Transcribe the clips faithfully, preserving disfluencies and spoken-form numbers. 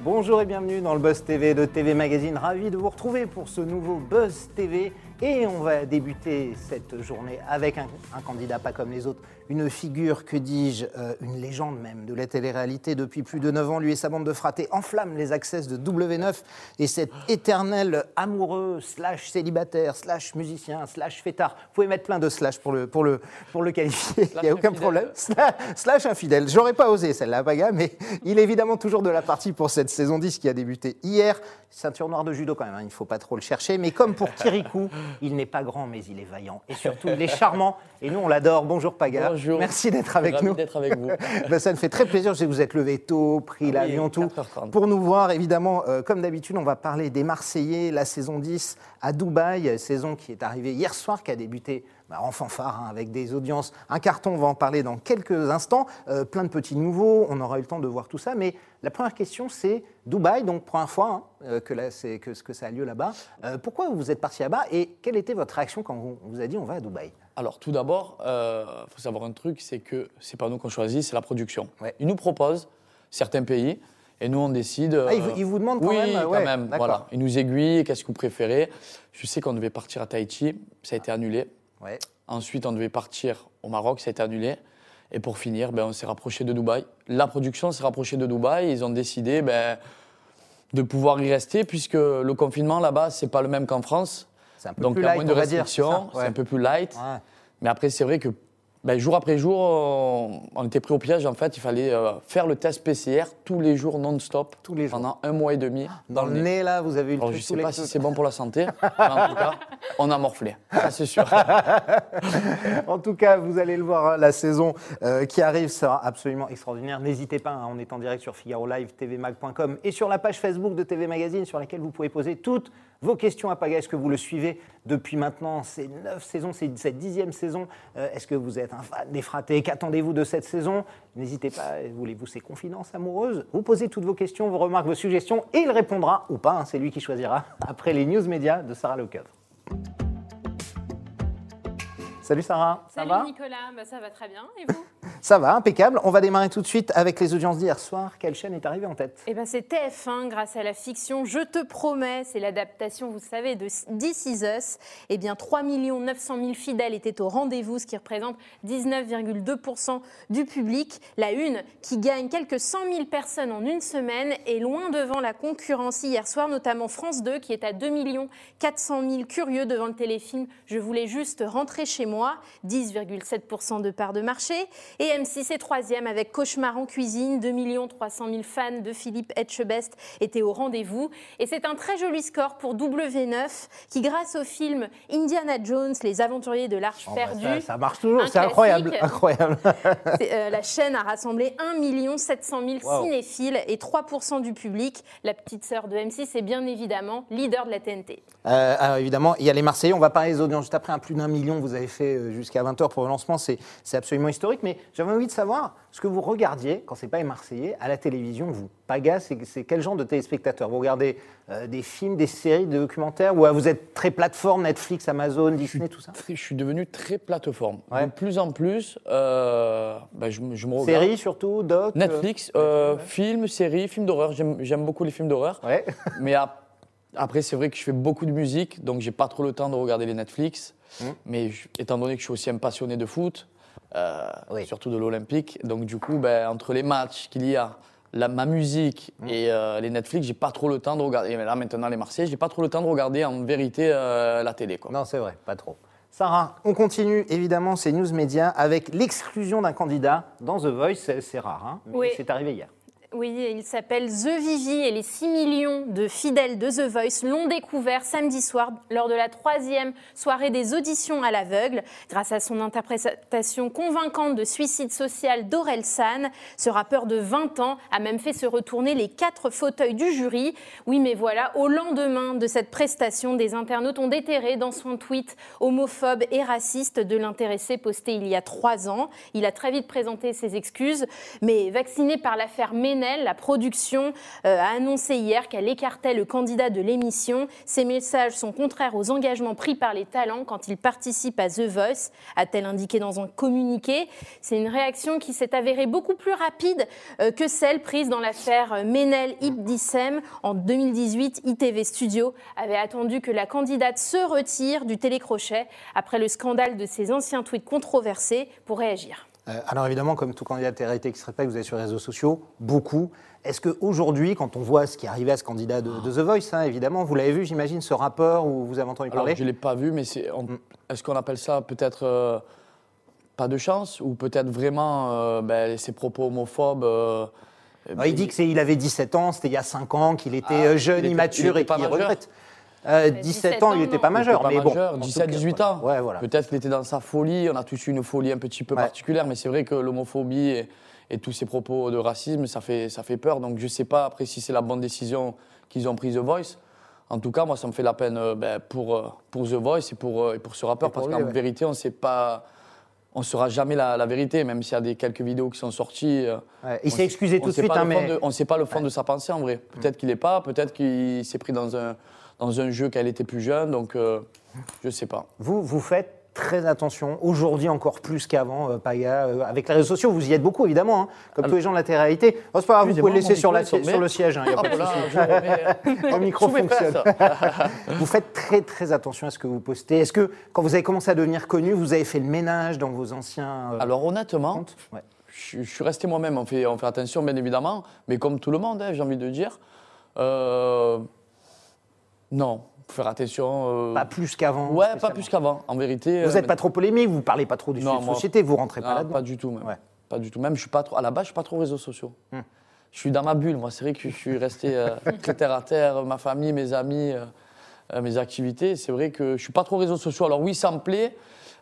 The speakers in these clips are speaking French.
Bonjour et bienvenue dans le Buzz T V de T V Magazine. Ravi de vous retrouver pour ce nouveau Buzz T V. Et on va débuter cette journée avec un, un candidat pas comme les autres, une figure, que dis-je, euh, une légende même de la télé-réalité. Depuis plus de neuf ans, lui et sa bande de fratés enflamment les access de W neuf. Et cet éternel amoureux, slash célibataire, slash musicien, slash fêtard, vous pouvez mettre plein de slash pour le, pour le, pour le qualifier, il n'y a aucun infidèle. problème. Slash, slash infidèle, j'aurais pas osé celle-là, Paga, mais il est évidemment toujours de la partie pour cette saison dix qui a débuté hier. Ceinture noire de judo quand même, hein, il ne faut pas trop le chercher. Mais comme pour Kirikou, il n'est pas grand, mais il est vaillant. Et surtout, il est charmant. Et nous, on l'adore. Bonjour, Paga. Bonjour. Merci d'être avec Ravi nous. d'être avec vous. Ben, ça me fait très plaisir. Je sais que vous êtes levé tôt, pris ah l'avion, oui, tout. Pour nous voir, évidemment, euh, comme d'habitude, on va parler des Marseillais, la saison dix à Dubaï. Saison qui est arrivée hier soir, qui a débuté bah, en fanfare, hein, avec des audiences. Un carton, on va en parler dans quelques instants. Euh, plein de petits nouveaux. On aura eu le temps de voir tout ça. Mais la première question, c'est Dubaï, donc première fois hein, que, là, c'est, que, que ça a lieu là-bas. Euh, pourquoi vous êtes parti là-bas et quelle était votre réaction quand on vous a dit on va à Dubaï ? Alors tout d'abord, il euh, faut savoir un truc, c'est que c'est pas nous qu'on choisit, c'est la production. Ouais. Ils nous proposent certains pays et nous on décide. Ah, ils, vous, ils vous demandent quand oui, même Oui, ouais, quand même. Voilà. Ils nous aiguillent, qu'est-ce que vous préférez ? Je sais qu'on devait partir à Tahiti, ça a été annulé. Ouais. Ensuite, on devait partir au Maroc, ça a été annulé. Et pour finir, ben, on s'est rapproché de Dubaï. La production s'est rapprochée de Dubaï. Ils ont décidé ben, de pouvoir y rester puisque le confinement là-bas, c'est pas le même qu'en France. C'est un peu Donc plus il y a light, moins de restrictions, dire, c'est, ouais. c'est un peu plus light. Ouais. Mais après, c'est vrai que ben, jour après jour, on, on était pris au piège. En fait, il fallait euh, faire le test P C R tous les jours non-stop, tous les jours. pendant un mois et demi. Dans, dans le nez, nez, là, vous avez eu le Alors, truc. Je ne sais pas si c'est bon pour la santé, mais en tout cas, on a morflé. Ça, c'est sûr. En tout cas, vous allez le voir, hein, la saison euh, qui arrive sera absolument extraordinaire. N'hésitez pas, hein, on est en direct sur Figaro Live, t v mag point com et sur la page Facebook de T V Magazine sur laquelle vous pouvez poser toutes vos questions à Paga. Est-ce que vous le suivez depuis maintenant ces neuf saisons, c'est cette dixième saison euh, Est-ce que vous êtes un fan des fratés? Qu'attendez-vous de cette saison? N'hésitez pas, voulez-vous ces confidences amoureuses? Vous posez toutes vos questions, vos remarques, vos suggestions et il répondra ou pas, hein, c'est lui qui choisira après les news médias de Sarah Lecoeuvre. Salut Sarah, ça Salut va? Salut Nicolas, bah, ça va très bien, et vous? Ça va, impeccable. On va démarrer tout de suite avec les audiences d'hier soir. Quelle chaîne est arrivée en tête? Eh ben, c'est T F un, grâce à la fiction Je te promets, c'est l'adaptation, vous savez, de This Is Us. Eh bien, trois millions neuf cent mille fidèles étaient au rendez-vous, ce qui représente dix-neuf virgule deux pour cent du public. La une, qui gagne quelques cent mille personnes en une semaine, est loin devant la concurrence hier soir, notamment France deux, qui est à deux millions quatre cent mille curieux devant le téléfilm Je voulais juste rentrer chez moi, dix virgule sept pour cent de part de marché. Et M six est troisième avec Cauchemar en cuisine, deux millions trois cent mille fans de Philippe Etchebest étaient au rendez-vous. Et c'est un très joli score pour W neuf qui, grâce au film Indiana Jones, les aventuriers de l'Arche oh perdue, bah ça, ça marche toujours, c'est incroyable, incroyable. euh, la chaîne a rassemblé un million sept cent mille wow. cinéphiles et trois pour cent du public. La petite sœur de M six est bien évidemment leader de la T N T. Euh, alors évidemment, il y a les Marseillais, on va parler des audiences juste après, un plus d'un million, vous avez fait jusqu'à vingt heures pour le lancement, c'est, c'est absolument historique, mais j'avais envie de savoir ce que vous regardiez, quand c'est pas les Marseillais, à la télévision, vous. Paga, c'est, c'est quel genre de téléspectateur? Vous regardez euh, des films, des séries, des documentaires, ou euh, vous êtes très plateforme, Netflix, Amazon, Disney, tout ça? Très, je suis devenu très plateforme. Ouais. De plus en plus, euh, bah, je, je me regarde. Séries surtout, doc? Netflix, euh, ouais. films, séries, films d'horreur, j'aime, j'aime beaucoup les films d'horreur. Ouais. Mais à, après, c'est vrai que je fais beaucoup de musique, donc j'ai pas trop le temps de regarder les Netflix. Mmh. Mais je, étant donné que je suis aussi un passionné de foot, euh, oui. surtout de l'Olympique, donc du coup, ben, entre les matchs qu'il y a, la, ma musique mmh. et euh, les Netflix, j'ai pas trop le temps de regarder. Et là, maintenant, les Marseillais, j'ai pas trop le temps de regarder en vérité euh, la télé, quoi. Non, c'est vrai, pas trop. Sarah, on continue évidemment ces news médias avec l'exclusion d'un candidat dans The Voice. C'est, c'est rare, hein, mais oui. c'est arrivé hier. Oui, il s'appelle The Vivi et les six millions de fidèles de The Voice l'ont découvert samedi soir lors de la troisième soirée des auditions à l'aveugle. Grâce à son interprétation convaincante de Suicide social d'Orelsan, ce rappeur de vingt ans a même fait se retourner les quatre fauteuils du jury. Oui, mais voilà, au lendemain de cette prestation, des internautes ont déterré dans son tweet homophobe et raciste de l'intéressé posté il y a trois ans. Il a très vite présenté ses excuses, mais vacciné par l'affaire Ménez, Menel, la production, euh, a annoncé hier qu'elle écartait le candidat de l'émission. Ces messages sont contraires aux engagements pris par les talents quand ils participent à The Voice, a-t-elle indiqué dans un communiqué. C'est une réaction qui s'est avérée beaucoup plus rapide euh, que celle prise dans l'affaire Menel-Ibdissem. En deux mille dix-huit, I T V Studio avait attendu que la candidate se retire du télécrochet après le scandale de ses anciens tweets controversés pour réagir. Euh, alors évidemment, comme tout candidat de télé-réalité qui se respecte, vous êtes sur les réseaux sociaux, beaucoup. Est-ce qu'aujourd'hui, quand on voit ce qui est arrivé à ce candidat de, de The Voice, hein, évidemment, vous l'avez vu, j'imagine, ce rappeur, ou vous avez entendu parler? Alors, je ne l'ai pas vu, mais c'est, on, mm. est-ce qu'on appelle ça peut-être euh, pas de chance, ou peut-être vraiment euh, ben, ses propos homophobes euh, ben, Il dit qu'il avait dix-sept ans, c'était il y a cinq ans, qu'il était ah, jeune, il était, immature il était et qu'il regrette. Euh, dix-sept ans, il n'était pas majeur, pas mais majeur, bon. dix-sept dix-huit ans. Ouais, voilà. Peut-être qu'il était dans sa folie, on a tous eu une folie un petit peu ouais. particulière, mais c'est vrai que l'homophobie et, et tous ces propos de racisme, ça fait, ça fait peur. Donc je ne sais pas après si c'est la bonne décision qu'ils ont prise The Voice. En tout cas, moi, ça me fait la peine euh, ben, pour, pour The Voice et pour, et pour ce rappeur, pour parce qu'en ouais. vérité, on ne sait pas... On ne saura jamais la, la vérité, même s'il y a des, quelques vidéos qui sont sorties. Ouais, il s'est excusé tout de suite. Hein, mais... de, on ne sait pas le fond ouais. de sa pensée, en vrai. Peut-être mmh. qu'il n'est pas, peut-être qu'il s'est pris dans un... dans un jeu quand elle était plus jeune, donc euh, je ne sais pas. Vous, vous faites très attention, aujourd'hui encore plus qu'avant, euh, Paga, euh, avec les réseaux sociaux, vous y êtes beaucoup évidemment, hein, comme Alors, tous les gens de la télé-réalité. Oh, c'est pas grave, vous pouvez le laisser sur, la, sur le siège, il hein, n'y a pas de souci. Le micro fonctionne. Vous faites très très attention à ce que vous postez. Est-ce que quand vous avez commencé à devenir connu, vous avez fait le ménage dans vos anciens euh, Alors honnêtement, ouais. je, je suis resté moi-même, on fait, on fait attention bien évidemment, mais comme tout le monde, hein, j'ai envie de dire. Euh, Non, faut faire attention. Euh... Pas plus qu'avant. Ouais, pas plus qu'avant, en vérité. Vous n'êtes euh, pas trop polémique, vous ne parlez pas trop du sujet de société, vous ne rentrez pas là-dedans. Pas du tout, même. Ouais. Pas du tout. Même, je suis pas trop. À la base, je suis pas trop réseaux sociaux. Hum. Je suis dans ma bulle, moi. C'est vrai que je suis resté euh, très terre à terre, ma famille, mes amis, euh, mes activités. C'est vrai que je suis pas trop réseaux sociaux. Alors oui, ça me plaît,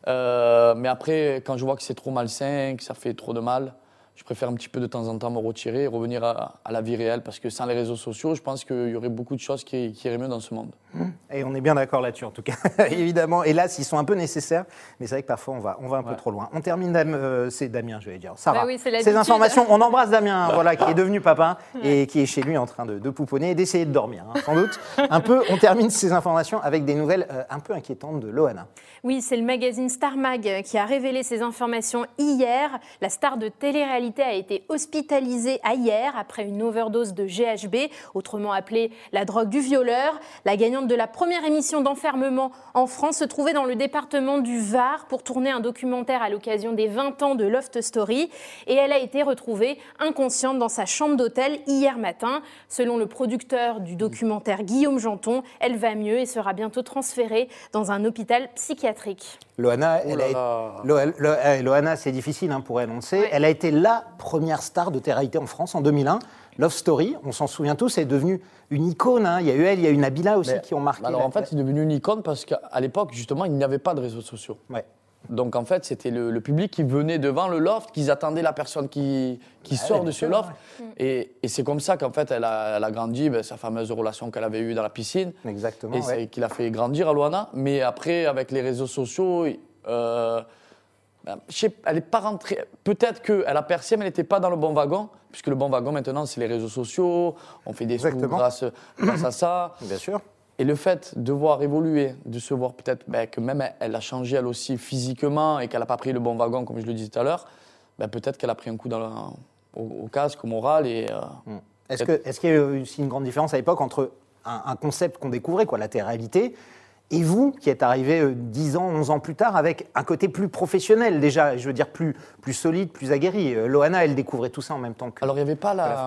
euh, mais après, quand je vois que c'est trop malsain, que ça fait trop de mal. Je préfère un petit peu de temps en temps me retirer et revenir à, à la vie réelle parce que sans les réseaux sociaux, je pense qu'il y aurait beaucoup de choses qui, qui iraient mieux dans ce monde. Et on est bien d'accord là-dessus en tout cas, évidemment. Et là, ils sont un peu nécessaires, mais c'est vrai que parfois on va, on va un ouais. peu trop loin. On termine, Dam, euh, c'est Damien, je vais dire. Sarah, bah oui, ces informations, on embrasse Damien, voilà, qui est devenu papa et qui est chez lui en train de, de pouponner et d'essayer de dormir, hein, sans doute. Un peu, on termine ces informations avec des nouvelles euh, un peu inquiétantes de Loana. Oui, c'est le magazine Star Mag qui a révélé ces informations hier. La star de télé-réalité a été hospitalisée hier après une overdose de G H B, autrement appelée la drogue du violeur. La gagnante de la première émission d'enfermement en France se trouvait dans le département du Var pour tourner un documentaire à l'occasion des vingt ans de Loft Story et elle a été retrouvée inconsciente dans sa chambre d'hôtel hier matin. Selon le producteur du documentaire Guillaume Janton, elle va mieux et sera bientôt transférée dans un hôpital psychiatrique. Loana, elle a... Lo... Loana, c'est difficile hein, pour elle, on le sait. Ouais. Elle a été la première star de télé-réalité en France en deux mille un. Love Story, on s'en souvient tous, est devenue une icône. Hein. Il y a eu elle, il y a eu Nabila aussi mais, qui ont marqué. Alors la... en fait, c'est devenu une icône parce qu'à l'époque, justement, il n'y avait pas de réseaux sociaux. Ouais. Donc en fait, c'était le, le public qui venait devant le loft, qu'ils attendaient la personne qui, qui ouais, sort de ce sûr, loft. Ouais. Et, et c'est comme ça qu'en fait, elle a, elle a grandi, ben, sa fameuse relation qu'elle avait eue dans la piscine. Exactement. Et c'est ouais. qu'il a fait grandir à Loana. Mais après, avec les réseaux sociaux, euh, ben, je sais, elle n'est pas rentrée. Peut-être qu'elle a percé, mais elle n'était pas dans le bon wagon. Puisque le bon wagon maintenant, c'est les réseaux sociaux. On fait des sous grâce, grâce à ça. Bien sûr. Et le fait de voir évoluer, de se voir peut-être ben, que même elle, elle a changé elle aussi physiquement et qu'elle n'a pas pris le bon wagon, comme je le disais tout à l'heure, ben, peut-être qu'elle a pris un coup dans le, au, au casque, au moral. Et, euh, mmh. Est-ce, que, est-ce qu'il y a eu aussi une grande différence à l'époque entre un, un concept qu'on découvrait, quoi, la télé-réalité, et vous, qui êtes arrivé euh, dix ans, onze ans plus tard, avec un côté plus professionnel déjà, je veux dire plus, plus solide, plus aguerri. Euh, Loana, elle découvrait tout ça en même temps que Alors il n'y avait pas la... la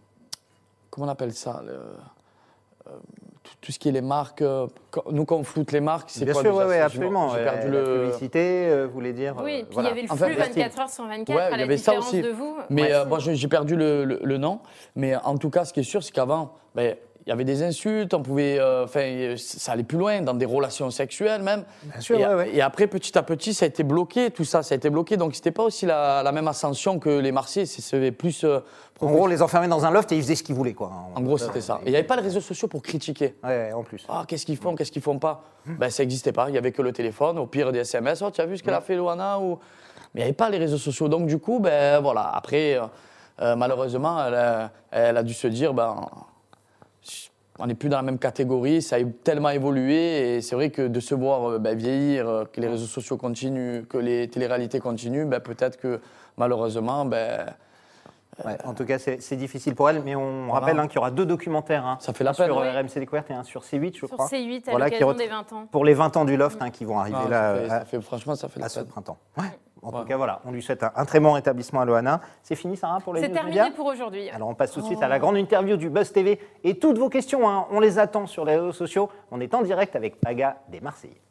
comment on appelle ça le, euh, tout, tout ce qui est les marques, euh, nous quand on floute les marques, c'est Bien quoi sûr, déjà, oui, absolument. J'ai perdu euh, le... La publicité, euh, vous voulez dire... Oui, euh, et puis voilà. il y avait le en flux fait, vingt-quatre heures sur vingt-quatre, ouais, à la différence de vous. Mais ouais, euh, bon, j'ai perdu le, le, le nom. Mais en tout cas, ce qui est sûr, c'est qu'avant... Ben, il y avait des insultes, on pouvait, enfin, euh, ça allait plus loin, dans des relations sexuelles même. Bien sûr, et, ouais, ouais. et après, petit à petit, ça a été bloqué, tout ça, ça a été bloqué. Donc, c'était pas aussi la, la même ascension que les Marseillais, c'était plus... Euh, en gros, les enfermer dans un loft et ils faisaient ce qu'ils voulaient, quoi. En gros, c'était ça. Et il n'y avait pas les réseaux sociaux pour critiquer. Ouais, en plus. Ah, qu'est-ce qu'ils font, qu'est-ce qu'ils font pas ben, ça n'existait pas, il n'y avait que le téléphone, au pire des S M S. Oh, tu as vu ce qu'elle a fait, Loana ou... Mais il n'y avait pas les réseaux sociaux. Donc, du coup, ben voilà, après... Euh, Euh, malheureusement, elle a, elle a dû se dire, ben, on n'est plus dans la même catégorie, ça a tellement évolué et c'est vrai que de se voir ben, vieillir, que les réseaux sociaux continuent, que les téléréalités continuent, ben, peut-être que malheureusement... Ben, Ouais, en tout cas, c'est, c'est difficile pour elle, mais on voilà. rappelle hein, qu'il y aura deux documentaires. Hein, ça fait la un peine. sur Oui. R M C Découverte et un sur C huit, je sur crois. Sur C huit, à voilà, l'occasion ret... des vingt ans. Pour les vingt ans du Loft hein, qui vont arriver ah, là. Ça fait, à, ça fait, franchement, ça fait la à ce peine. printemps. Ouais. En ouais. tout cas, voilà, on lui souhaite un, un très bon rétablissement à Loana. C'est fini, Sarah, pour les C'est news terminé médias pour aujourd'hui. Alors, on passe tout de suite oh. à la grande interview du Buzz T V. Et toutes vos questions, hein, on les attend sur les réseaux sociaux. On est en direct avec Paga des Marseillais.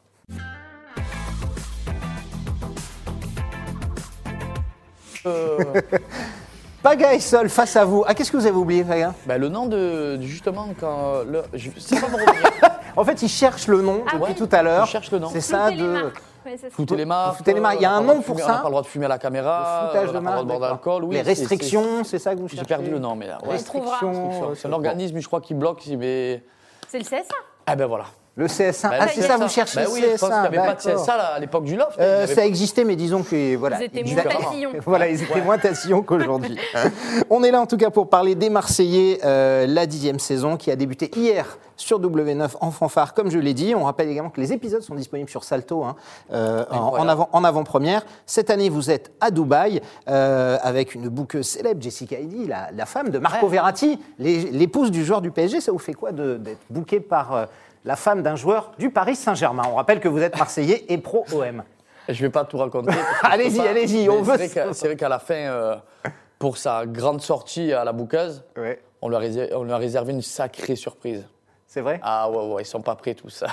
Euh... Paga est seul face à vous. Ah, qu'est-ce que vous avez oublié, Paga? Ben, le nom de, justement, quand... Le, je sais pas me revenir. En fait, il cherche le nom ah, depuis oui. tout à l'heure. Il cherche le nom. C'est ça de... Ouais, Fouter les marques. Fouter les marques. Il y a un nom pour fumer, ça. On n'a pas le droit de fumer à la caméra. Le foutage de marques. On n'a pas le droit d'alcool. Oui, les restrictions, c'est, c'est ça que vous cherchez? J'ai perdu le nom, mais là. Ouais. Restrictions. C'est un organisme, je crois, qui bloque. Mais... C'est le C S A. Ah ben voilà. Le C S A. Bah, ah, c'est ça, vous cherchez bah, le oui, C S A. Je pense qu'il n'y avait pas de C S A là, à l'époque du Loft. Euh, avait... Ça existait, mais disons que voilà. Ils étaient moins tatillons. Voilà, ils étaient ouais. moins tatillons qu'aujourd'hui. On est là en tout cas pour parler des Marseillais, euh, la dixième saison qui a débuté hier sur W neuf en fanfare, comme je l'ai dit. On rappelle également que les épisodes sont disponibles sur Salto hein, euh, en, en, avant, en avant-première. Cette année, vous êtes à Dubaï euh, avec une bouqueuse célèbre, Jessica Eddy, la, la femme de Marco ouais. Verratti, les, l'épouse du joueur du P S G. Ça vous fait quoi de, d'être bookée par... Euh, la femme d'un joueur du Paris Saint-Germain? On rappelle que vous êtes Marseillais et pro-O M. Je ne vais pas tout raconter. allez-y, pas, allez-y, on veut... C'est vrai, c'est vrai qu'à la fin, euh, pour sa grande sortie à la bouqueuse, ouais. on, lui a réservé, on lui a réservé une sacrée surprise. C'est vrai? Ah ouais, ouais, ils ne sont pas prêts tout ça.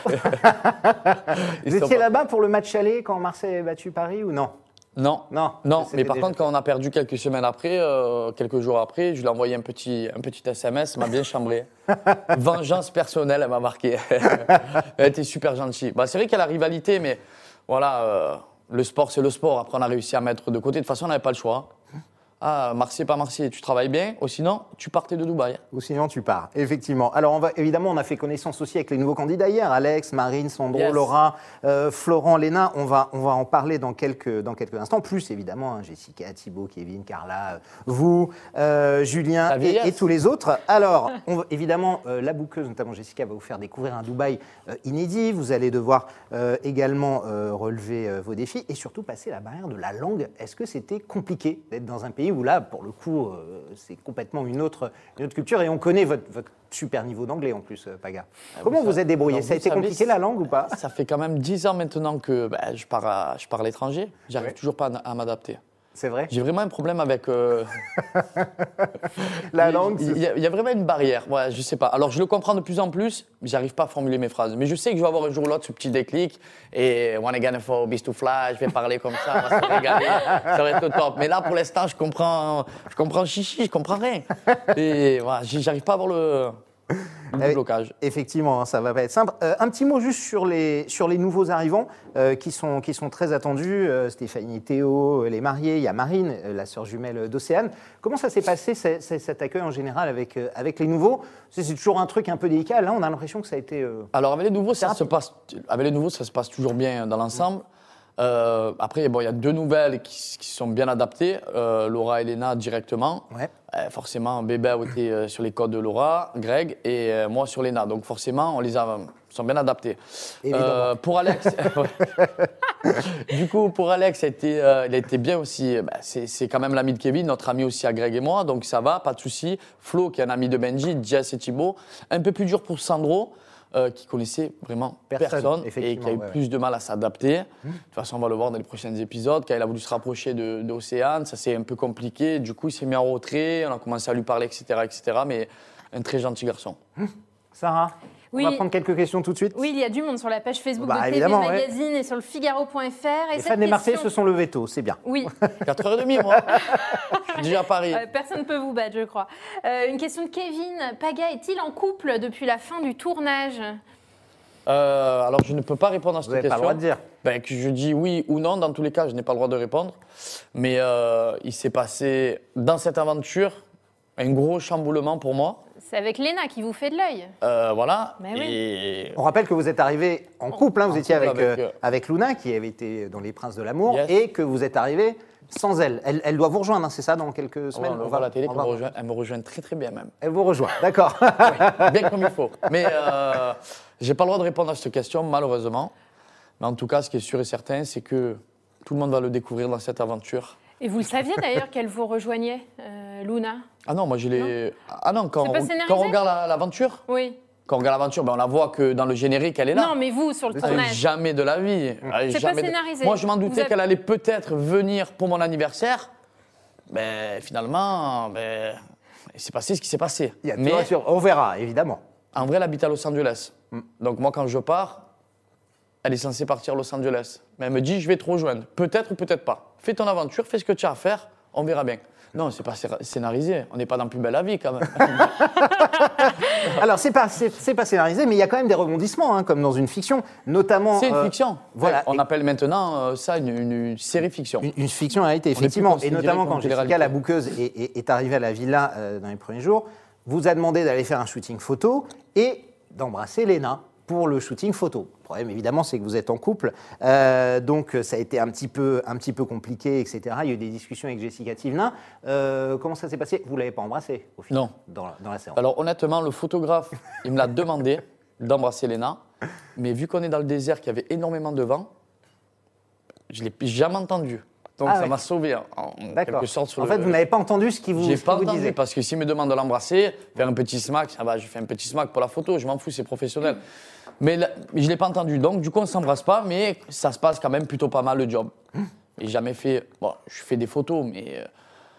Vous étiez là-bas pour le match aller quand Marseille avait battu Paris ou non? Non, non, non. mais par contre, quand on a perdu quelques semaines après, euh, quelques jours après, je lui ai envoyé un petit, un petit S M S, il m'a bien chambré. Vengeance personnelle, elle m'a marqué. Elle était super gentille. Bah, c'est vrai qu'il y a la rivalité, mais voilà, euh, le sport, c'est le sport. Après, on a réussi à mettre de côté. De toute façon, on n'avait pas le choix. Ah, Marseille, pas Marseille, tu travailles bien, ou sinon, tu partais de Dubaï. Ou sinon, tu pars, effectivement. Alors, on va, évidemment, on a fait connaissance aussi avec les nouveaux candidats hier, Alex, Marine, Sandro, yes. Laura, euh, Florent, Léna. On va, on va en parler dans quelques, dans quelques instants. Plus, évidemment, hein, Jessica, Thibaut, Kevin, Carla, euh, vous, euh, Julien et, et tous les autres. Alors, on va, évidemment, euh, la bouqueuse, notamment Jessica, va vous faire découvrir un Dubaï euh, inédit. Vous allez devoir euh, également euh, relever euh, vos défis et surtout passer la barrière de la langue. Est-ce que c'était compliqué d'être dans un pays où là, pour le coup, euh, c'est complètement une autre, une autre culture et on connaît votre, votre super niveau d'anglais en plus, euh, Paga. Comment vous, vous êtes débrouillé? Ça a été compliqué la langue ou pas? Ça fait quand même dix ans maintenant que bah, je pars à, je pars à l'étranger. J'arrive ouais. toujours pas à, à m'adapter. C'est vrai? J'ai vraiment un problème avec... Euh... la langue? Il y, a, il y a vraiment une barrière, ouais, je sais pas. Alors, je le comprends de plus en plus, mais j'arrive pas à formuler mes phrases. Mais je sais que je vais avoir un jour ou l'autre ce petit déclic et one again for beast to fly, je vais parler comme ça, on va se régaler, ça va être le top. Mais là, pour l'instant, je comprends, je comprends chichi, je comprends rien. Et voilà, j'arrive pas à avoir le... Le blocage. Effectivement, ça va pas être simple. Euh, un petit mot juste sur les, sur les nouveaux arrivants euh, qui, sont, qui sont très attendus. Euh, Stéphanie, Théo, les mariés, il y a Marine, euh, la sœur jumelle d'Océane. Comment ça s'est passé c- c- cet accueil en général avec, euh, avec les nouveaux? c'est, c'est toujours un truc un peu délicat. Là, on a l'impression que ça a été... Euh, Alors avec les nouveaux, ça se passe, avec les nouveaux, ça se passe toujours bien dans l'ensemble. Euh, après, bon, il y a deux nouvelles qui, qui sont bien adaptées. Euh, Laura et Léna directement. Ouais. Euh, forcément, Bébé a été euh, sur les codes de Laura, Greg, et euh, moi sur Léna. Donc forcément, on les a, sont bien adaptés. Euh, pour Alex, du coup, pour Alex, ça a été, euh, il a été bien aussi. Bah, c'est, c'est quand même l'ami de Kevin, notre ami aussi à Greg et moi, donc ça va, pas de souci. Flo, qui est un ami de Benji, Jess et Thibaut. Un peu plus dur pour Sandro. Euh, qui connaissait vraiment personne, personne et qui a eu ouais, plus ouais. de mal à s'adapter. Mmh. De toute façon, on va le voir dans les prochains épisodes. Quand il a voulu se rapprocher de, d'Océane, ça s'est un peu compliqué. Du coup, il s'est mis en retrait. On a commencé à lui parler, et cetera, et cetera. Mais un très gentil garçon. Mmh. Sarah, oui. On va prendre quelques questions tout de suite. Oui, il y a du monde sur la page Facebook bah, de T V Magazine ouais. et sur le Figaro point F R. Et les fans des Marseillais se sont levés tôt, c'est bien. Oui. quatre heures trente, moi. Je suis déjà à Paris. Euh, personne ne peut vous battre, je crois. Euh, une question de Kevin. Paga est-il en couple depuis la fin du tournage? Euh, alors, je ne peux pas répondre à cette Vous question. Vous n'avez pas le droit de dire. Ben, que je dis oui ou non, dans tous les cas, je n'ai pas le droit de répondre. Mais euh, il s'est passé, dans cette aventure, un gros chamboulement pour moi. c'est avec Léna qui vous fait de l'œil. Euh, voilà. Mais oui. Et... On rappelle que vous êtes arrivé en couple, hein, vous En étiez couple avec, avec, euh, euh, avec Luna, qui avait été dans Les Princes de l'amour, Yes. et que vous êtes arrivé sans elle. Elle, elle doit vous rejoindre, hein, c'est ça, dans quelques semaines? On, on va- voit à la télé on qu'elle va- me rejoint, elle me rejoint très très bien même. Elle vous rejoint, d'accord. Oui, bien comme il faut. Mais euh, j'ai pas le droit de répondre à cette question, malheureusement. Mais en tout cas, ce qui est sûr et certain, c'est que tout le monde va le découvrir dans cette aventure. Et vous le saviez d'ailleurs qu'elle vous rejoignait, euh, Luna? Ah non, moi je l'ai. Ah non, quand, C'est on, pas quand scénarisé on regarde la- l'aventure, Oui. quand on regarde l'aventure, ben on la voit que dans le générique, elle est là. Non, mais vous, sur le Euh, tournage. Jamais de la vie. Euh, C'est jamais pas de- scénarisé. Moi, je m'en Vous doutais avez- qu'elle allait peut-être venir pour mon anniversaire. Ben, finalement, ben, il s'est passé ce qui s'est passé. Il y a Mais tout sûr, on verra, évidemment. en vrai, elle habite à Los Angeles. Donc moi, quand je pars, elle est censée partir à Los Angeles. Mais elle me dit, je vais te rejoindre. Peut-être ou peut-être pas. Fais ton aventure, fais ce que tu as à faire, on verra bien. Non, c'est pas scé- scénarisé. On n'est pas dans Plus belle la vie, quand même. Alors, c'est pas, c'est, c'est pas scénarisé, mais il y a quand même des rebondissements, hein, comme dans une fiction, notamment... C'est une euh, fiction. Voilà. On Et- appelle maintenant euh, ça une, une- une série fiction. Une, une fiction en réalité, On est plus effectivement. Et considéré notamment comme quand Jessica, télé-réalité. la bouqueuse, est, est- est arrivée à la villa euh, dans les premiers jours, vous a demandé d'aller faire un shooting photo et d'embrasser Léna pour le shooting photo. Le problème, évidemment, c'est que vous êtes en couple. Euh, donc, ça a été un petit peu, un petit peu compliqué, et cetera. Il y a eu des discussions avec Jessica Thivenin. Euh, comment ça s'est passé? Vous ne l'avez pas embrassé, au final, Non. dans, la- dans la séance. Alors honnêtement, le photographe, il me l'a demandé d'embrasser Léna. Mais vu qu'on est dans le désert, qu'il y avait énormément de vent, je ne l'ai jamais entendu. Donc Ah ça ouais. m'a sauvé en, en D'accord. quelque sorte. Sur En le- fait, vous n'avez pas entendu ce qu'il vous, J'ai ce qu'il pas vous entendu disait. parce que s'il me demande de l'embrasser, faire un petit smack, ça va, je fais un petit smack pour la photo, je m'en fous, c'est professionnel. Mais là, je ne l'ai pas entendu, donc du coup on ne s'embrasse pas, mais ça se passe quand même plutôt pas mal le job. J'ai jamais fait, bon, je fais des photos, mais euh,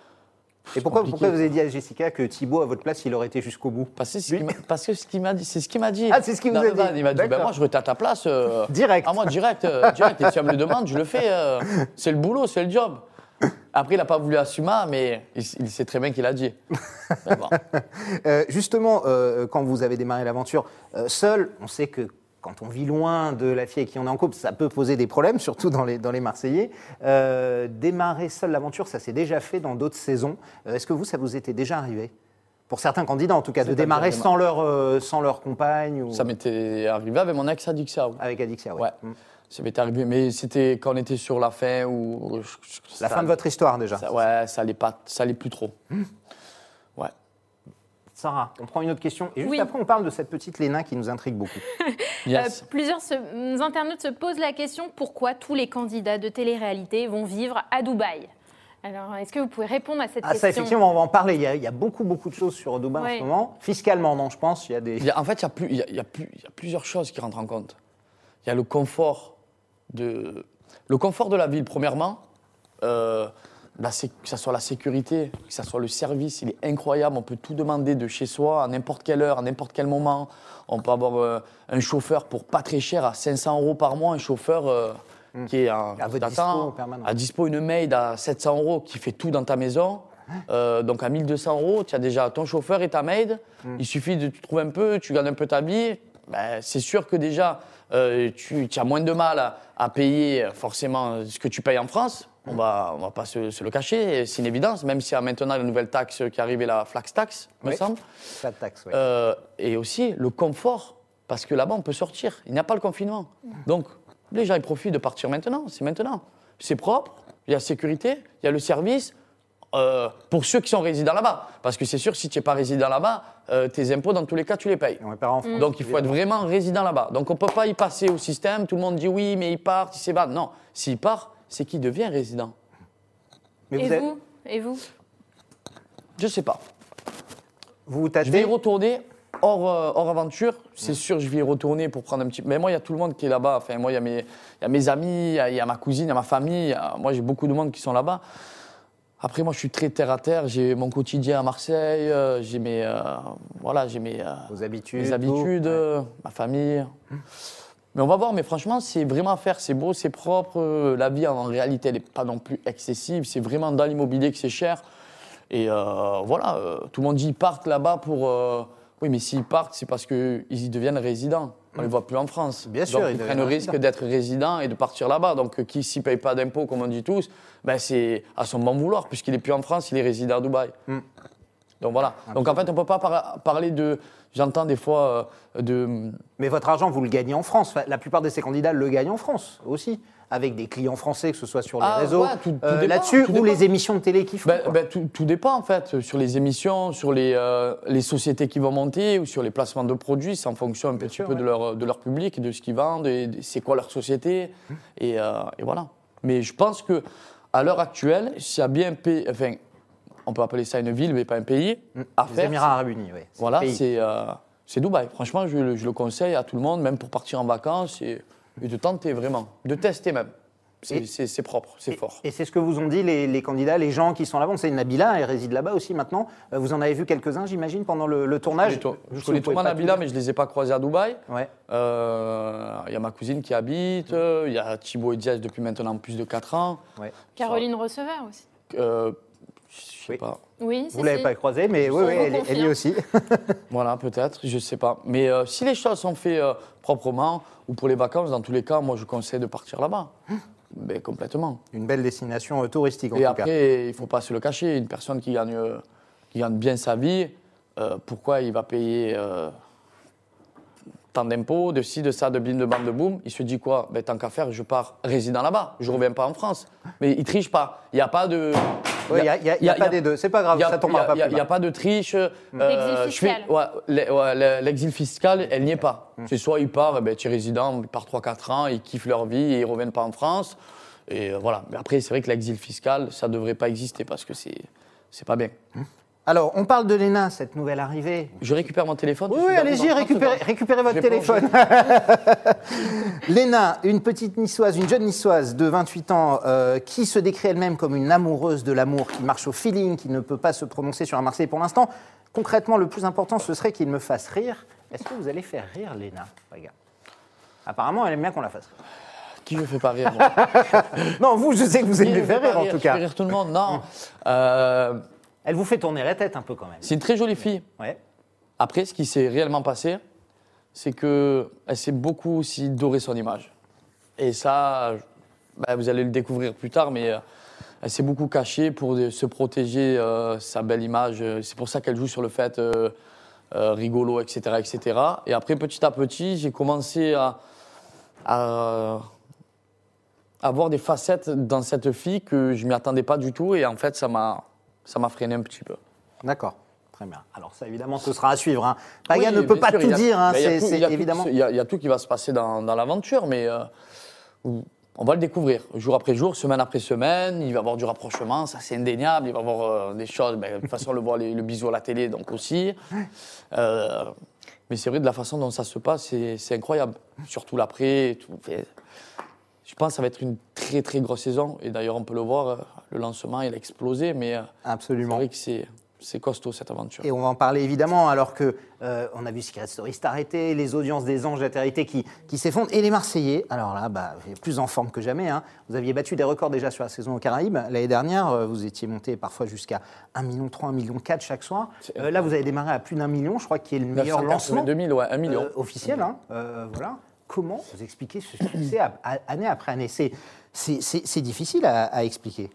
Et pourquoi, compliqué. pourquoi vous avez dit à Jessica que Thibaut, à votre place, il aurait été jusqu'au bout? parce que, ce Lui qu'il m'a- parce que ce qu'il m'a dit, c'est ce qu'il m'a dit. Ah, c'est ce qu'il Dans vous a le van, dit. Il m'a dit, ben D'accord. moi je serais à ta place. euh, Direct. Ah moi direct, euh, direct. Et si elle me le demande, je le fais. euh, c'est le boulot, c'est le job. Après, il n'a pas voulu assumer, mais il, il sait très bien qu'il a dit. Mais bon. Euh, justement, euh, quand vous avez démarré l'aventure euh, seul, on sait que quand on vit loin de la fille avec qui on est en couple, ça peut poser des problèmes, surtout dans les, dans les Marseillais. Euh, démarrer seul l'aventure, ça s'est déjà fait dans d'autres saisons. Euh, Est-ce que vous, ça vous était déjà arrivé? Pour certains candidats, en tout cas, de C'est-à-dire démarrer démarrer. sans leur, euh, sans leur compagne ou Ça m'était arrivé avec mon ex Adixia. avec Adixia, ouais. Ouais. Mm. Ça m'était arrivé, mais c'était quand on était sur la fin ou. La fin de votre histoire, déjà. Ça, ouais, ça allait pas, ça allait plus trop. Ouais. Sarah, on prend une autre question. Et juste Oui. après, on parle de cette petite Léna qui nous intrigue beaucoup. Yes. Euh, plusieurs se- internautes se posent la question pourquoi tous les candidats de télé-réalité vont vivre à Dubaï. Alors, est-ce que vous pouvez répondre à cette Ah, ça, question? effectivement, on va en parler. Il y a, il y a beaucoup, beaucoup de choses sur Dubaï en Ouais. ce moment. Fiscalement, non, je pense. Il y a des... Il y a- en fait, il y, a plus- il y a- il y a plus- il y a plusieurs choses qui rentrent en compte. Il y a le confort de, le confort de la ville, premièrement. Euh, la sé- que ce soit la sécurité, que ce soit le service, il est incroyable. On peut tout demander de chez soi, à n'importe quelle heure, à n'importe quel moment. On peut avoir euh, un chauffeur pour pas très cher, à cinq cents euros par mois, un chauffeur euh, qui est en- À votre t'attends, dispo en permanence. à dispo, une maid à sept cents euros qui fait tout dans ta maison. Euh, donc à mille deux cents euros, tu as déjà ton chauffeur et ta maid. Il suffit de tu trouves un peu, tu gagnes un peu ta vie. Ben, c'est sûr que déjà, euh, tu, tu as moins de mal à, à payer forcément ce que tu payes en France. On va, on va pas se, se le cacher, c'est une évidence, même s'il y a maintenant la nouvelle taxe qui arrive, la flax tax, me Oui. semble. Pas de taxe, ouais. Euh, et aussi le confort, parce que là-bas, on peut sortir. Il n'y a pas le confinement. Donc, les gens, ils profitent de partir maintenant. C'est maintenant. C'est propre, il y a sécurité, il y a le service. Euh, pour ceux qui sont résidents là-bas. Parce que c'est sûr, si tu n'es pas résident là-bas, euh, tes impôts, dans tous les cas, tu les payes. On les paiera en France, Donc, il faut être évidemment. vraiment résident là-bas. Donc, on ne peut pas y passer au système. Tout le monde dit oui, mais il part, il s'évade. Non, s'il part, c'est qu'il devient résident. Mais Et vous, êtes- vous Et vous Je ne sais pas. vous vous Je vais y tâtez retourner hors, euh, hors aventure. C'est sûr, je vais y retourner pour prendre un petit. Mais moi, il y a tout le monde qui est là-bas. Enfin, moi, il y a mes, il y a mes amis, il y a, il y a ma cousine, il y a ma famille. il y a- Moi, j'ai beaucoup de monde qui sont là-bas. Après, moi, je suis très terre à terre. J'ai mon quotidien à Marseille. euh, j'ai mes, euh, voilà, j'ai mes, euh, vos habitudes. mes tout. habitudes, Ouais. euh, ma famille. Mais on va voir. Mais franchement, c'est vraiment à faire. C'est beau, c'est propre. euh, La vie, en réalité, elle n'est pas non plus excessive. C'est vraiment dans l'immobilier que c'est cher. Et euh, voilà, euh, tout le monde dit ils partent là-bas pour. euh, Oui, mais s'ils partent, c'est parce qu'ils y deviennent résidents. On ne les voit plus en France. Bien sûr, Donc, ils ils deviennent prennent le risque résidents. d'être résidents et de partir là-bas. Donc, euh, qui s'y paye pas d'impôts, comme on dit tous, ben, c'est à son bon vouloir, puisqu'il n'est plus en France, il est résident à Dubaï. Donc voilà. Absolument. Donc en fait, on ne peut pas par parler de... J'entends des fois euh, de... Mais votre argent, vous le gagnez en France. Enfin, la plupart de ces candidats le gagnent en France aussi, avec des clients français, que ce soit sur les ah, réseaux, ouais, tout, tout euh, dépend, là-dessus, tout ou dépend. les émissions de télé qui font. Ben, ben, tout, tout dépend en fait, sur les émissions, sur les, euh, les sociétés qui vont monter ou sur les placements de produits, c'est en fonction un Bien petit sûr, peu ouais. de, leur, de leur public, de ce qu'ils vendent, et de- c'est quoi leur société, Mmh. et, euh, et voilà. Mais je pense qu'à l'heure actuelle, s'il y a bien un pays, enfin, on peut appeler ça une ville, mais pas un pays, Mmh. à Les faire, Émirats Arabes Unis, oui. c'est- voilà, c'est euh, c'est Dubaï. Franchement, je, le- je le conseille à tout le monde, même pour partir en vacances, et, et de tenter vraiment, de tester même. C'est Et- c'est- c'est propre, c'est Et- fort. Et c'est ce que vous ont dit les, les candidats, les gens qui sont là-bas. C'est Nabila, elle réside là-bas aussi maintenant. Euh, Vous en avez vu quelques-uns, j'imagine, pendant le, le tournage. Je connais, Si je vous connais pouvez Thomas pas Nabila, tout mais je ne les ai pas croisés à Dubaï. dire. Ouais. Euh, Il y a ma cousine qui habite, euh, il y a Thibaut et Diaz depuis maintenant plus de quatre ans. Ouais. Caroline Receveur aussi. Euh, je sais Oui. pas. Oui, si, Vous ne l'avez si. pas croisé, mais oui, On oui, vous elle, est- elle y est aussi. Voilà, peut-être, je sais pas. Mais euh, si les choses sont faites euh, proprement, ou pour les vacances, dans tous les cas, moi je conseille de partir là-bas. Mais complètement. Une belle destination euh, touristique, en Et tout après, cas. il ne faut pas se le cacher. Une personne qui gagne, euh, qui gagne bien sa vie, euh, pourquoi il va payer euh, tant d'impôts, de ci, de ça, de bim, de bam, de boum? Il se dit quoi? Ben, tant qu'à faire, je pars résident là-bas. Je ne reviens pas en France. Mais il ne triche pas. Il n'y a pas de. Oui, il n'y a, y a- y a pas des deux. C'est pas grave, Il y a- ça tombera il y a- pas il y a- plus Il n'y a bas. pas de triche. euh, L'exil je fais- fiscal. ouais, l'e- ouais, l'e- l'exil fiscal, elle n'y est pas. Mmh. C'est soit ils partent, eh ben, tu es résident, ils partent trois quatre ans, ils kiffent leur vie et ils ne reviennent pas en France. Et euh, voilà. Mais après, c'est vrai que l'exil fiscal, ça ne devrait pas exister parce que c'est c'est pas bien. Alors, on parle de Léna, cette nouvelle arrivée. Je récupère mon téléphone. Oui, je suis oui, allez-y, dans trente récupérez, secondes. récupérez votre Je vais téléphone. Léna, une petite niçoise, une jeune niçoise de vingt-huit ans euh, qui se décrit elle-même comme une amoureuse de l'amour, qui marche au feeling, qui ne peut pas se prononcer sur un Marseillais pour l'instant. Concrètement, le plus important, ce serait qu'il me fasse rire. Est-ce que vous allez faire rire Léna? Regarde. Apparemment, elle aime bien qu'on la fasse rire. Qui ne fait pas rire moi Non, vous, je sais que vous Qui aimez ne fait faire pas rire, en rire tout Je fais cas. rire tout le monde. Non. Euh, Elle vous fait tourner la tête un peu quand même. c'est une très jolie fille. Ouais. Après, ce qui s'est réellement passé, c'est qu'elle s'est beaucoup aussi doré son image. Et ça, ben, vous allez le découvrir plus tard, mais euh, elle s'est beaucoup cachée pour de- se protéger euh, sa belle image. C'est pour ça qu'elle joue sur le fait euh, euh, rigolo, et cetera, et cetera. Et après, petit à petit, j'ai commencé à, à, à voir des facettes dans cette fille que je ne m'y attendais pas du tout. Et en fait, ça m'a ça m'a freiné un petit peu. D'accord. Très bien. Alors ça, évidemment, ce sera à suivre. Hein. Paga Oui, ne peut bien pas sûr, tout il y a- dire, hein, ben, il y a c'est tout- il c'est y a tout évidemment. qui se- Il y, a- il y a tout qui va se passer dans, dans l'aventure, mais euh, on va le découvrir jour après jour, semaine après semaine. Il va y avoir du rapprochement, ça c'est indéniable. Il va y avoir euh, des choses, ben, de toute façon, on le voit les- le bisou à la télé, donc aussi. Euh, mais c'est vrai, de la façon dont ça se passe, c'est c'est incroyable. Surtout l'après. et tout. Fait- Je pense que ça va être une très très grosse saison. Et d'ailleurs, on peut le voir, euh, le lancement, il a explosé, mais euh, c'est Absolument. vrai que c'est c'est costaud cette aventure. Et on va en parler évidemment, alors que euh, on a vu Secret Story s'arrêter, les audiences des Anges d'Atérité qui, qui s'effondrent, et les Marseillais, alors là, bah, plus en forme que jamais. Hein. Vous aviez battu des records déjà sur la saison aux Caraïbes. L'année dernière, euh, vous étiez monté parfois jusqu'à un million trois, un million quatre chaque soir. Euh, là, vous avez démarré à plus d'un million, je crois, qui est le meilleur lancement deux mille, ouais, un million. euh, officiel. Hein. Euh, voilà. Comment vous expliquez ce succès à- à- année après année? C'est c'est- c'est- c'est difficile à, à expliquer.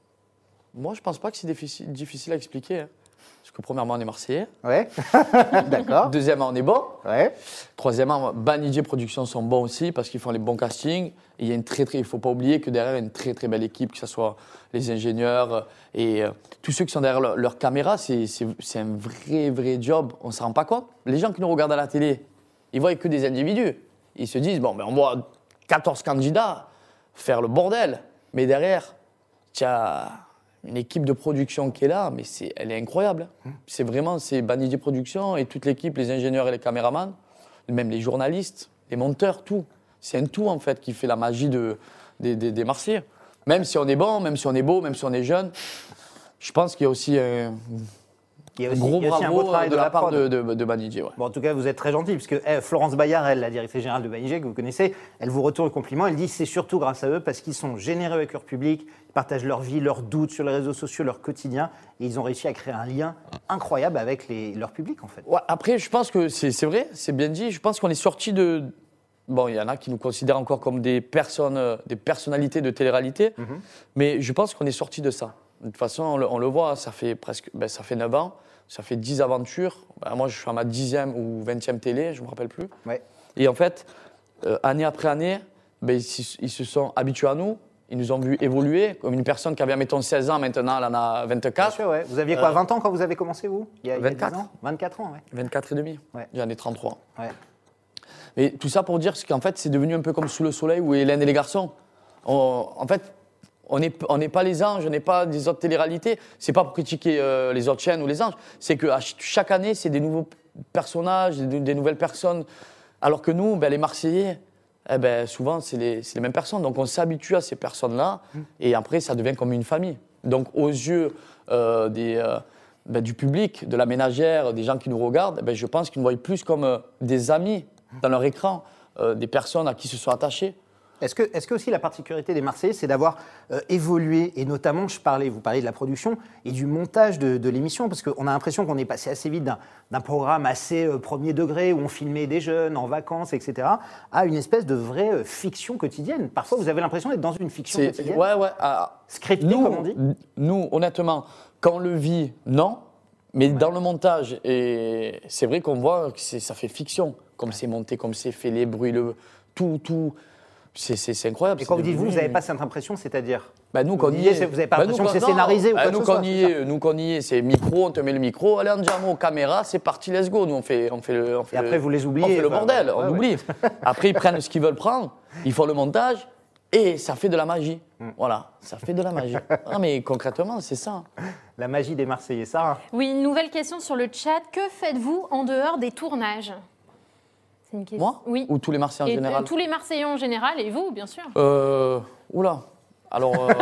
Moi, je pense pas que c'est difficile, difficile à expliquer. hein. Parce que premièrement, on est Marseillais. Ouais. D'accord. Deuxièmement, on est bon. Ouais. Troisièmement, Banijé Productions sont bons aussi parce qu'ils font les bons castings. Et il y a une très, très, il faut pas oublier que derrière, il y a une très, très belle équipe, que ce soit les ingénieurs euh, et euh, tous ceux qui sont derrière leur, leur caméra. C'est c'est- c'est un vrai, vrai job. On ne s'en rend pas compte. Les gens qui nous regardent à la télé, ils voient que des individus. Ils se disent, bon, ben, on voit quatorze candidats faire le bordel. Mais derrière, tu as une équipe de production qui est là, mais c'est, elle est incroyable. hein. C'est vraiment, c'est Banijé Productions et toute l'équipe, les ingénieurs et les caméramans, même les journalistes, les monteurs, tout. C'est un tout, en fait, qui fait la magie de, des, des, des Marseillais. Même si on est bon, même si on est beau, même si on est jeune, je pense qu'il y a aussi un, Il y a un aussi, gros il y a aussi un beau bravo travail de la part prod. de, de, de Banijé. Ouais. Bon, en tout cas, vous êtes très gentil, puisque eh, Florence Bayard, elle, la directrice générale de Banijé, que vous connaissez, elle vous retourne le compliment. Elle dit c'est surtout grâce à eux, parce qu'ils sont généreux avec leur public, ils partagent leur vie, leurs doutes sur les réseaux sociaux, leur quotidien, et ils ont réussi à créer un lien incroyable avec les, leur public, en fait. Ouais, après, je pense que c'est c'est vrai, c'est bien dit. Je pense qu'on est sorti de. Bon, il y en a qui nous considèrent encore comme des personnes, euh, des personnalités de télé-réalité, mais je pense qu'on est sorti de ça. De toute façon, on le, on le voit, ça fait presque, ben, ça fait neuf ans, ça fait dix aventures. Ben, moi, je suis à ma dixième ou vingtième télé, je ne me rappelle plus. Ouais. Et en fait, euh, année après année, ben, ils, ils se sont habitués à nous. Ils nous ont vu évoluer. Comme une personne qui avait, mettons, seize ans, maintenant, elle en a vingt-quatre. Bien sûr, ouais. Vous aviez quoi, vingt ans quand vous avez commencé, vous? Il y a, vingt-quatre. Il y a dix ans vingt-quatre ans, ouais. vingt-quatre et demi. Ouais. J'en ai trente-trois. Ouais. Mais tout ça pour dire qu'en fait, c'est devenu un peu comme Sous le soleil ou Hélène et les garçons. On- en fait, on n'est on n'est pas les anges, on n'est pas des autres télé-réalités. C'est pas pour critiquer euh, les autres chaînes ou les anges. C'est que à ch- chaque année, c'est des nouveaux personnages, des, des nouvelles personnes. Alors que nous, ben, les Marseillais, eh ben, souvent, c'est les, c'est les mêmes personnes. Donc, on s'habitue à ces personnes-là. Et après, ça devient comme une famille. Donc, aux yeux euh, des, euh, ben, du public, de la ménagère, des gens qui nous regardent, eh ben, je pense qu'ils nous voient plus comme euh, des amis dans leur écran, euh, des personnes à qui ils se sont attachés. Est-ce que, est-ce que aussi la particularité des Marseillais, c'est d'avoir euh, évolué, et notamment, je parlais, vous parliez de la production et du montage de, de l'émission, parce qu'on a l'impression qu'on est passé assez vite d'un, d'un programme assez euh, premier degré, où on filmait des jeunes en vacances, et cetera, à une espèce de vraie euh, fiction quotidienne. Parfois, vous avez l'impression d'être dans une fiction C'est- quotidienne, ouais, ouais. ah, scriptée, nous, comme on dit. Nous, honnêtement, quand on le vit, non. Mais dans le montage, et c'est vrai qu'on voit que c'est- ça fait fiction. Comme c'est monté, comme c'est fait, les bruits, le, tout, tout. C'est, c'est, c'est incroyable. Et quand c'est vous dites vous, devenu- vous n'avez pas cette impression, c'est-à-dire Bah, nous, Vous quand on y disiez, est. c'est- vous avez pas Bah, l'impression nous, que c'est quand- scénarisé ou bah, quoi que nous, ce quand soit, on y c'est est, nous, quand on y est, c'est micro, on te met le micro, allez, Andiamo, caméra, c'est parti, let's go. Nous, on fait, on fait le. On fait Et après, le- vous les On oubliez, fait le enfin, bordel, ouais, on ouais. oublie. Après, ils prennent ce qu'ils veulent prendre, ils font le montage, et ça fait de la magie. Voilà, ça fait de la magie. Ah, mais concrètement, c'est ça. La magie des Marseillais, Sarah. Oui, une nouvelle question sur le chat. Que faites-vous en dehors des tournages? C'est une question. Moi Oui. Ou tous les Marseillais en Et général euh, tous les Marseillais en général, et vous, bien sûr. Euh. Oula. Alors, euh,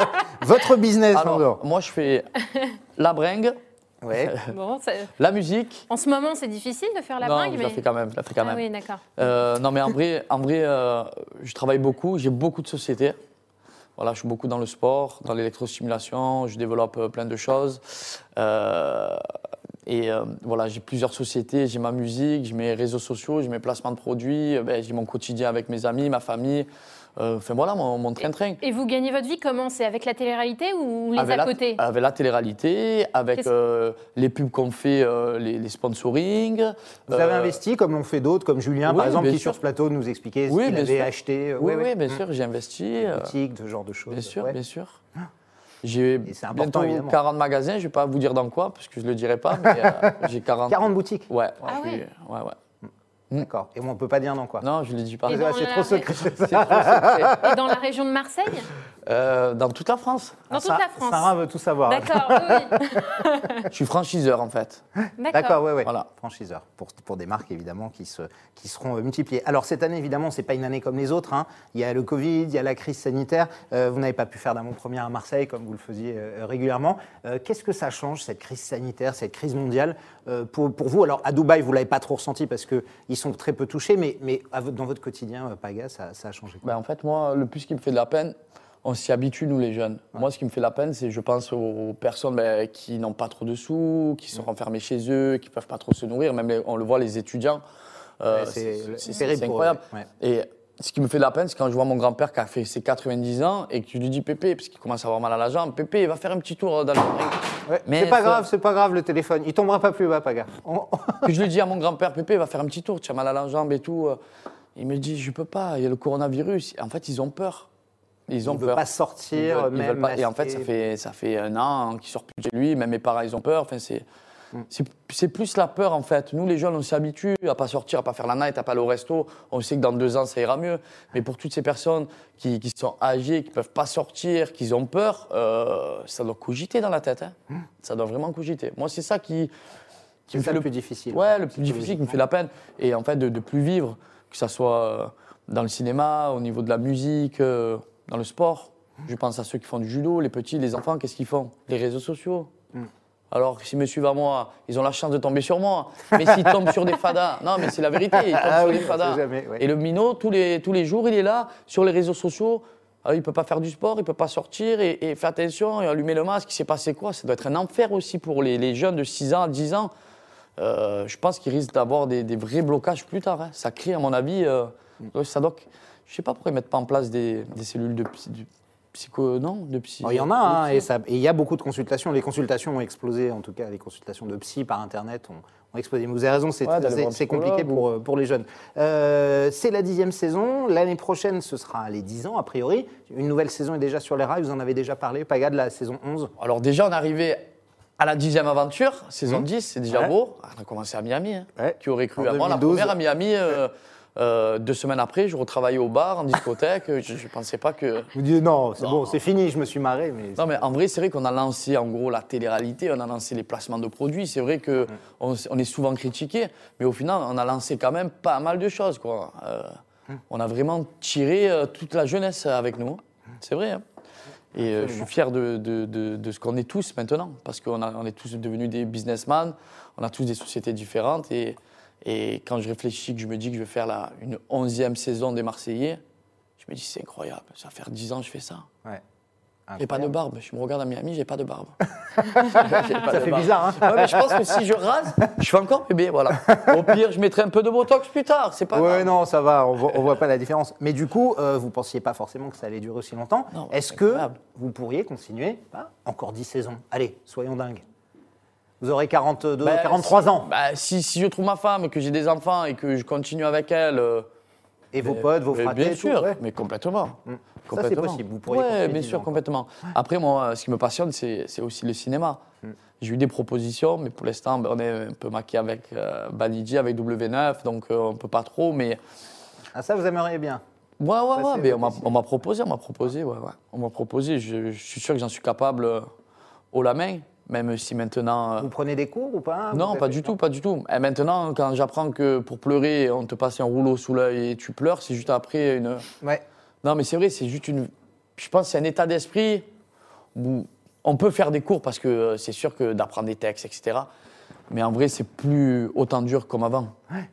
Votre business, en alors dehors. moi, je fais la bringue, Ouais. Bon, ça- la musique. En ce moment, c'est difficile de faire la non, bringue, je mais... la fais quand même. Je la fais quand Ah même. oui, d'accord. Euh, non, mais en vrai, en vrai euh, je travaille beaucoup. J'ai beaucoup de sociétés. Voilà, je suis beaucoup dans le sport, dans l'électrostimulation. Je développe euh, plein de choses. Euh, et euh, voilà, j'ai plusieurs sociétés. J'ai ma musique, j'ai mes réseaux sociaux, j'ai mes placements de produits. euh, ben, j'ai mon quotidien avec mes amis, ma famille. Euh, Enfin voilà, mon, mon train-train. Et vous gagnez votre vie comment? C'est avec la télé-réalité ou les Avec à la, côté? avec la télé-réalité, avec Qu'est-ce- euh, les pubs qu'on fait, euh, les, les sponsorings. Vous avez Euh, investi, comme l'ont fait d'autres, comme Julien, oui, par exemple, bien qui sûr. sur ce plateau nous expliquait ce Oui, qu'il bien avait sûr. acheté. euh, Oui, ouais, oui, ouais. bien Mmh. sûr, j'ai investi. euh, Boutique, ce genre de choses. Bien sûr, ouais. bien sûr. J'ai Et c'est important, bientôt évidemment. quarante magasins, je ne vais pas vous dire dans quoi, parce que je ne le dirai pas, mais euh, j'ai quarante. quarante boutiques. Ouais, Ah je suis- ouais. ouais, ouais. D'accord. Et on ne peut pas dire dans quoi. Non, je ne le dis pas. Et C'est dans c'est la- trop secret. C'est trop secret. Et dans la région de Marseille? Euh, dans toute la France. Dans toute Sa- la France. Sarah veut tout savoir. D'accord, oui, oui. Je suis franchiseur, en fait. D'accord, ouais, ouais. Voilà. Franchiseur, pour, pour des marques évidemment qui, se, qui seront euh, multipliées. Alors cette année, évidemment, ce n'est pas une année comme les autres. Hein. Il y a le Covid, il y a la crise sanitaire. Euh, vous n'avez pas pu faire d'avant-première à Marseille comme vous le faisiez euh, régulièrement. Euh, Qu'est-ce que ça change, cette crise sanitaire, cette crise mondiale euh, pour, pour vous? Alors à Dubaï, vous ne l'avez pas trop ressenti parce qu'ils sont très peu touchés, mais, mais à votre- dans votre quotidien, euh, Paga, ça, ça a changé quoi? Ben, en fait, moi, le plus qui me fait de la peine, on s'y habitue, nous, les jeunes. Moi, ce qui me fait de la peine, c'est je pense aux personnes ben, qui n'ont pas trop de sous, qui sont renfermées chez eux, qui ne peuvent pas trop se nourrir. Même, les- on le voit, les étudiants. euh, Ouais, c'est- c'est- c'est c'est terrible c'est pour eux, incroyable. ouais. Et ce qui me fait de la peine, c'est quand je vois mon grand-père qui a fait ses quatre-vingt-dix ans et que je lui dis Pépé, parce qu'il commence à avoir mal à la jambe, Pépé, va faire un petit tour dans le ring. Ouais, Mais c'est pas ça- grave, c'est pas grave le téléphone. Il tombera pas plus bas, Paga. On- Puis je lui dis à mon grand-père, Pépé, va faire un petit tour, tu as mal à la jambe et tout. Il me dit, je peux pas, il y a le coronavirus. En fait, ils ont peur. Ils ont Il ne veut peur. pas Ils sortir, veulent- ils même veulent pas. Et en fait, masqué. ça fait, ça fait un an qu'il sort plus de chez lui, même mes parents, ils ont peur. Enfin, c'est, c'est, c'est plus la peur, en fait. Nous, les jeunes, on s'habitue à pas sortir, à pas faire la night, à pas aller au resto. On sait que dans deux ans, ça ira mieux. Mais pour toutes ces personnes qui, qui sont âgées, qui peuvent pas sortir, qui ont peur, euh, ça doit cogiter dans la tête. Hein. Ça doit vraiment cogiter. Moi, c'est ça qui, qui C'est me ça fait le plus difficile. Ouais, le plus difficile, qui me fait la peine. Et en fait, de, de plus vivre, que ça soit euh, dans le cinéma, au niveau de la musique, euh, dans le sport. Je pense à ceux qui font du judo, les petits, les enfants, qu'est-ce qu'ils font? Les réseaux sociaux. Alors, s'ils me suivent à moi, ils ont la chance de tomber sur moi. Mais s'ils tombent sur des fadas, non, mais c'est la vérité, ils tombent Ah sur oui, des on fadas. sait jamais, ouais. Et le minot, tous les, tous les jours, il est là, sur les réseaux sociaux. Alors, il ne peut pas faire du sport, il ne peut pas sortir, et, et fait attention, et allumer le masque, il s'est passé quoi? Ça doit être un enfer aussi pour les, les jeunes de six ans, dix ans. Euh, je pense qu'ils risquent d'avoir des, des vrais blocages plus tard. Hein. Ça crée, à mon avis, euh, ça doit, je ne sais pas pourquoi ils ne mettent pas en place des, des cellules de, psy- du- psycho, non, de psy. Il y en a, hein, et il y a beaucoup de consultations. Les consultations ont explosé, en tout cas, les consultations de psy par Internet ont, ont explosé. Mais vous avez raison, c'est ouais, compliqué ou... pour, pour les jeunes. Euh, c'est la dixième saison. L'année prochaine, ce sera les dix ans, a priori. Une nouvelle saison est déjà sur les rails. Vous en avez déjà parlé, Paga, de la saison onze. Alors déjà, on est arrivé à la dixième aventure, saison mmh. dix, c'est déjà ouais. beau. On a commencé à Miami. Hein. Ouais. Qui aurait cru avant la première à Miami euh, Euh, deux semaines après, je retravaillais au bar, en discothèque. je ne pensais pas que. Vous dites non, c'est bon, c'est fini, je me suis marré. Mais non, mais en vrai, c'est vrai qu'on a lancé en gros la télé-réalité, on a lancé les placements de produits. C'est vrai qu'on mmh. on est souvent critiqué, mais au final, on a lancé quand même pas mal de choses, quoi. Euh, mmh. On a vraiment tiré euh, toute la jeunesse avec nous. C'est vrai. Hein. Et euh, je suis fier de, de, de, de ce qu'on est tous maintenant, parce qu'on on est tous devenus des businessmen, on a tous des sociétés différentes. Et, Et quand je réfléchis, que je me dis que je vais faire la, une onzième saison des Marseillais, je me dis c'est incroyable, ça va faire dix ans que je fais ça. Ouais. J'ai pas de barbe, je me regarde à Miami, j'ai pas de barbe. pas ça de fait barbe. bizarre, hein ouais, mais je pense que si je rase, je fais encore bébé, voilà. Au pire, je mettrai un peu de Botox plus tard, c'est pas ouais, grave. Ouais, non, ça va, on voit, on voit pas la différence. Mais du coup, euh, vous pensiez pas forcément que ça allait durer aussi longtemps. Non, Est-ce que incroyable. Vous pourriez continuer hein, encore dix saisons? Allez, soyons dingues. Vous aurez quarante-deux, bah, quarante-trois si, ans. Bah, si, si je trouve ma femme, que j'ai des enfants et que je continue avec elle. Euh, et vos potes, vos frères. Bien sûr, tout, ouais. mais complètement. Mmh. complètement. Ça, c'est possible. Vous pourriez Oui, bien sûr, ans, complètement. Après, moi, ce qui me passionne, c'est, c'est aussi le cinéma. Mmh. J'ai eu des propositions, mais pour l'instant, ben, on est un peu maquillé avec euh, Banijay, avec W neuf, donc euh, on ne peut pas trop. Mais... Ah, ça, vous aimeriez bien? Ouais, ouais, ouais. Mais on, m'a, on m'a proposé, on m'a proposé, ouais, ouais. On m'a proposé. Je, je suis sûr que j'en suis capable euh, haut la main. Même si maintenant... Vous prenez des cours ou pas? Non, pas du tout, pas du tout. Et maintenant, quand j'apprends que pour pleurer, on te passe un rouleau sous l'œil et tu pleures, c'est juste après une... Ouais. Non, mais c'est vrai, c'est juste une... Je pense que c'est un état d'esprit où on peut faire des cours parce que c'est sûr que d'apprendre des textes, et cetera. Mais en vrai, c'est plus autant dur comme avant. Ouais.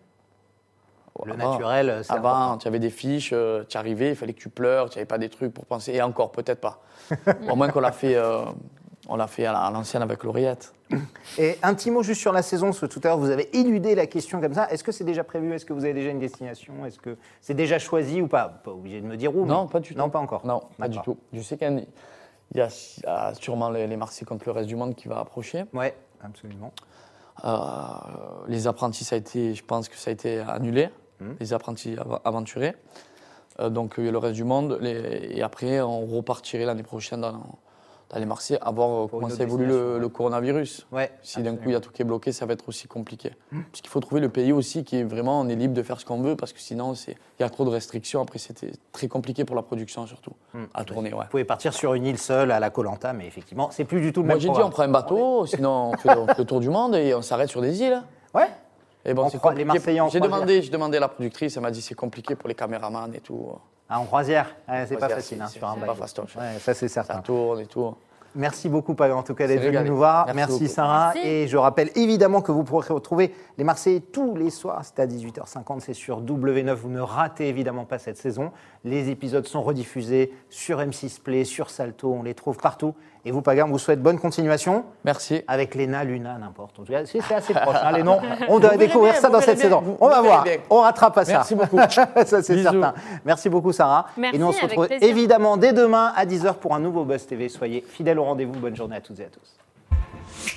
Le avant, naturel, c'est Avant, important. tu avais des fiches, euh, tu arrivais, il fallait que tu pleures, tu n'avais pas des trucs pour penser. Et encore, peut-être pas. Au moins qu'on l'a fait... Euh, On l'a fait à l'ancienne avec l'oreillette. Et un petit mot juste sur la saison, parce que tout à l'heure, vous avez éludé la question comme ça. Est-ce que c'est déjà prévu? Est-ce que vous avez déjà une destination? Est-ce que c'est déjà choisi ou pas? Pas obligé de me dire où. Non, mais... pas du tout. Non, pas encore. Non, pas du tout. Je sais qu'il y a, il y a sûrement les, les Marseillais contre le reste du monde qui va approcher. Oui, absolument. Euh, les apprentis, ça a été, je pense que ça a été annulé, mmh. les apprentis aventurés. Euh, donc, il y a le reste du monde. Les, et après, on repartirait l'année prochaine dans... dans les Marseillais, à voir Pour comment ça évolue le, le coronavirus. Ouais, si absolument. D'un coup il y a tout qui est bloqué, ça va être aussi compliqué. Mmh. Parce qu'il faut trouver le pays aussi qui est vraiment, on est libre de faire ce qu'on veut, parce que sinon il y a trop de restrictions. Après c'était très compliqué pour la production surtout, mmh. à tourner. Ouais. Vous pouvez partir sur une île seule à la Koh Lanta, mais effectivement c'est plus du tout le Moi, même j'ai dit on prend un bateau, sinon on fait, on fait le tour du monde et on s'arrête sur des îles. Ouais. Et bon, c'est croit, les Marseillais en j'ai demandé, j'ai demandé à la productrice, elle m'a dit c'est compliqué pour les caméramans et tout. Ah, en croisière, ouais, c'est en pas croisière, facile c'est, hein, c'est, sur un c'est bateau. pas fastoche. Ouais, ça c'est certain. Ça tourne et tout. Merci beaucoup, Paga, en tout cas, d'être venu nous voir. voir. Merci, Merci Sarah. Merci. Et je rappelle évidemment que vous pourrez retrouver les Marseillais tous les soirs. C'est à dix-huit heures cinquante, c'est sur W neuf. Vous ne ratez évidemment pas cette saison. Les épisodes sont rediffusés sur M six Play, sur Salto. On les trouve partout. Et vous, Paga, on vous souhaite bonne continuation. Merci. Avec Léna, Luna, n'importe. En tout cas, c'est, c'est assez proche. Hein, les noms. On doit découvrir bien, ça dans cette bien. saison. Vous, on va voir. Bien. On rattrape pas ça. Merci beaucoup. Ça, c'est Bisous. certain. Merci beaucoup, Sarah. Merci, et nous, on se retrouve plaisir. évidemment dès demain à dix heures pour un nouveau Buzz T V. Soyez fidèles au rendez-vous. Bonne journée à toutes et à tous.